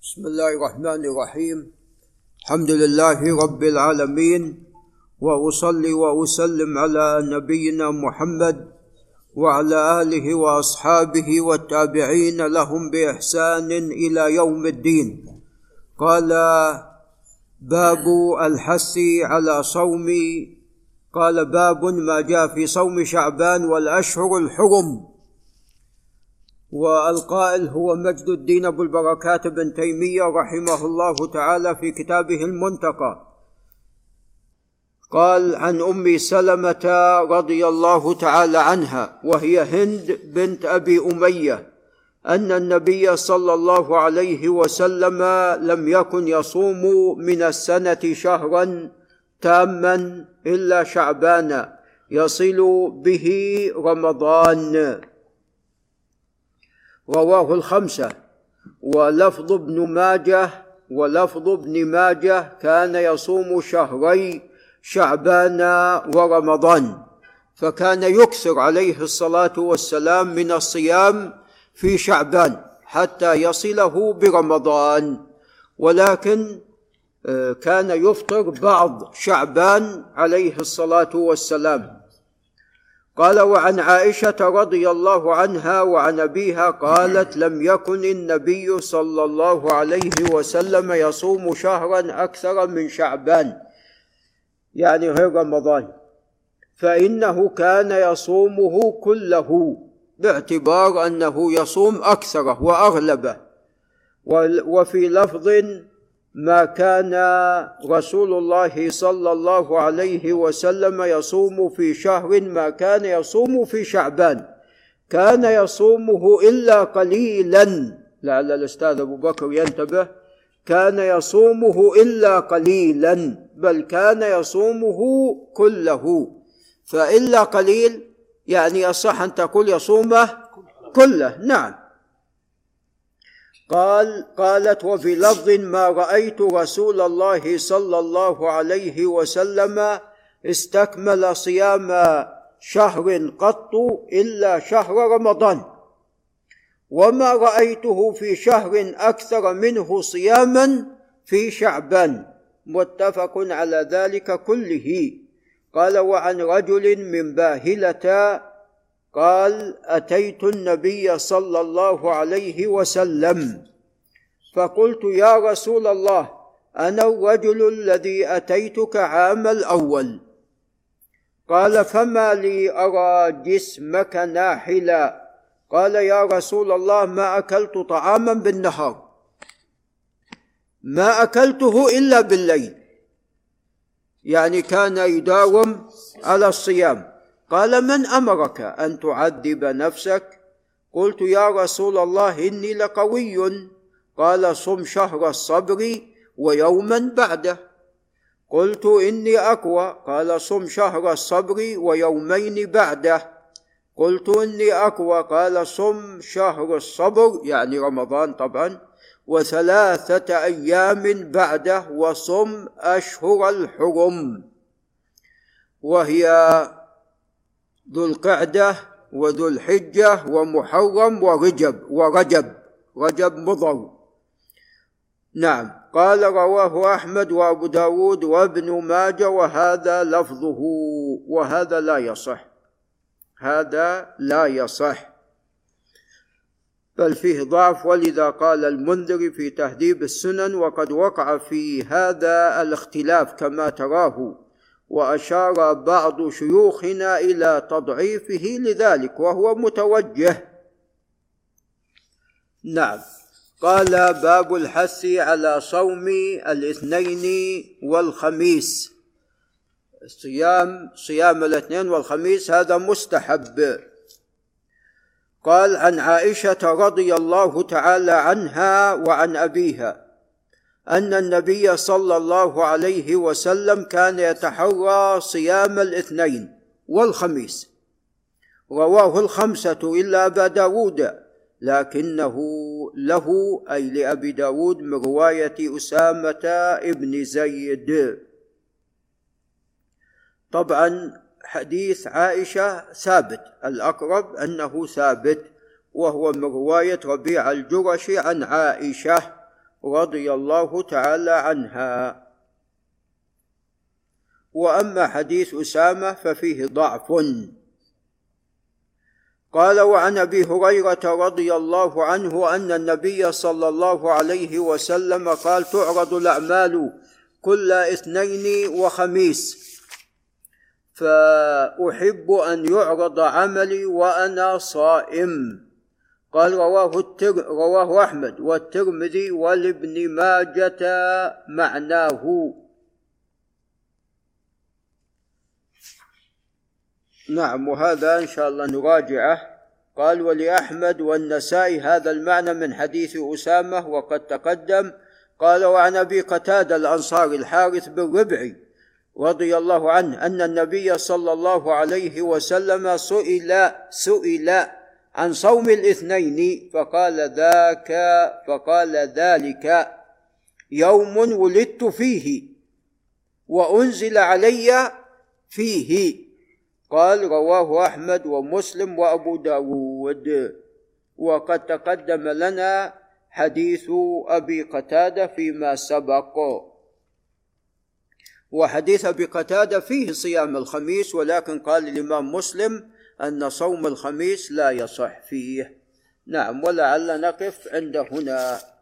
بسم الله الرحمن الرحيم. الحمد لله رب العالمين، وأصلي وأسلم على نبينا محمد وعلى آله وأصحابه والتابعين لهم بإحسان إلى يوم الدين. قال باب الحث على صوم، قال باب ما جاء في صوم شعبان والأشهر الحرم. والقائل هو مجد الدين أبو البركات بن تيمية رحمه الله تعالى في كتابه المنتقى. قال عن أم سلمة رضي الله تعالى عنها وهي هند بنت أبي أمية أن النبي صلى الله عليه وسلم لم يكن يصوم من السنة شهرا تاما إلا شعبان يصل به رمضان. رواه الخمسة. ولفظ ابن ماجه كان يصوم شهري شعبان ورمضان، فكان يكثر عليه الصلاة والسلام من الصيام في شعبان حتى يصله برمضان، ولكن كان يفطر بعض شعبان عليه الصلاة والسلام. قال وعن عائشة رضي الله عنها وعن أبيها قالت لم يكن النبي صلى الله عليه وسلم يصوم شهرا أكثر من شعبان، يعني غير رمضان، فإنه كان يصومه كله، باعتبار أنه يصوم أكثره وأغلبه. وفي لفظ ما كان رسول الله صلى الله عليه وسلم يصوم في شهر ما كان يصوم في شعبان، كان يصومه إلا قليلا. لعل الأستاذ أبو بكر ينتبه، كان يصومه إلا قليلا، بل كان يصومه كله. فإلا قليل يعني يصح أن تقول يصومه كله. نعم. قالت وفي لفظ ما رأيت رسول الله صلى الله عليه وسلم استكمل صيام شهر قط إلا شهر رمضان، وما رأيته في شهر أكثر منه صياما في شعبان، متفق على ذلك كله. قال وعن رجل من باهلة قال أتيت النبي صلى الله عليه وسلم فقلت يا رسول الله أنا الرجل الذي أتيتك عام الأول. قال فما لي أرى جسمك ناحلا؟ قال يا رسول الله ما أكلت طعاما بالنهار، ما أكلته إلا بالليل، يعني كان يداوم على الصيام. قال من أمرك أن تعذب نفسك؟ قلت يا رسول الله إني لقوي. قال صم شهر الصبر ويوما بعده. قلت إني أقوى. قال صم شهر الصبر ويومين بعده. قلت إني أقوى. قال صم شهر الصبر يعني رمضان طبعا و3 أيام بعده وصم أشهر الحرم، وهي ذو القعدة وذو الحجة ومحرم ورجب مضر. نعم. قال رواه أحمد وأبو داود وابن ماجه وهذا لفظه، وهذا لا يصح، هذا لا يصح بل فيه ضعف. ولذا قال المنذر في تهذيب السنن وقد وقع في هذا الاختلاف كما تراه، وأشار بعض شيوخنا إلى تضعيفه لذلك وهو متوجه. نعم. قال باب الحث على صوم الاثنين والخميس، صيام الاثنين والخميس هذا مستحب. قال عن عائشة رضي الله تعالى عنها وعن أبيها أن النبي صلى الله عليه وسلم كان يتحرى صيام الاثنين والخميس. رواه الخمسة إلا أبا داود، لكنه له أي لأبي داود من رواية أسامة ابن زيد. طبعا حديث عائشة ثابت، الأقرب أنه ثابت، وهو من رواية ربيع الجرشي عن عائشة رضي الله تعالى عنها. وأما حديث أسامة ففيه ضعف. قال: وعن أبي هريرة رضي الله عنه أن النبي صلى الله عليه وسلم قال: تعرض الأعمال كل اثنين وخميس، فأحب أن يعرض عملي وأنا صائم. قال: رواه أحمد والترمذي والابن ماجة معناه. نعم، وهذا إن شاء الله نراجعه. قال: ولأحمد والنسائي هذا المعنى من حديث أسامة وقد تقدم. قال: وعن أبي قتادة الأنصاري الحارث بن ربعي رضي الله عنه أن النبي صلى الله عليه وسلم سئل عن صوم الاثنين فقال: ذلك يوم ولدت فيه وأنزل علي فيه. قال: رواه أحمد ومسلم وأبو داود. وقد تقدم لنا حديث أبي قتادة فيما سبق. وحديث أبي قتادة فيه صيام الخميس، ولكن قال الإمام مسلم أن صوم الخميس لا يصح فيه. نعم، ولعل نقف عند هنا.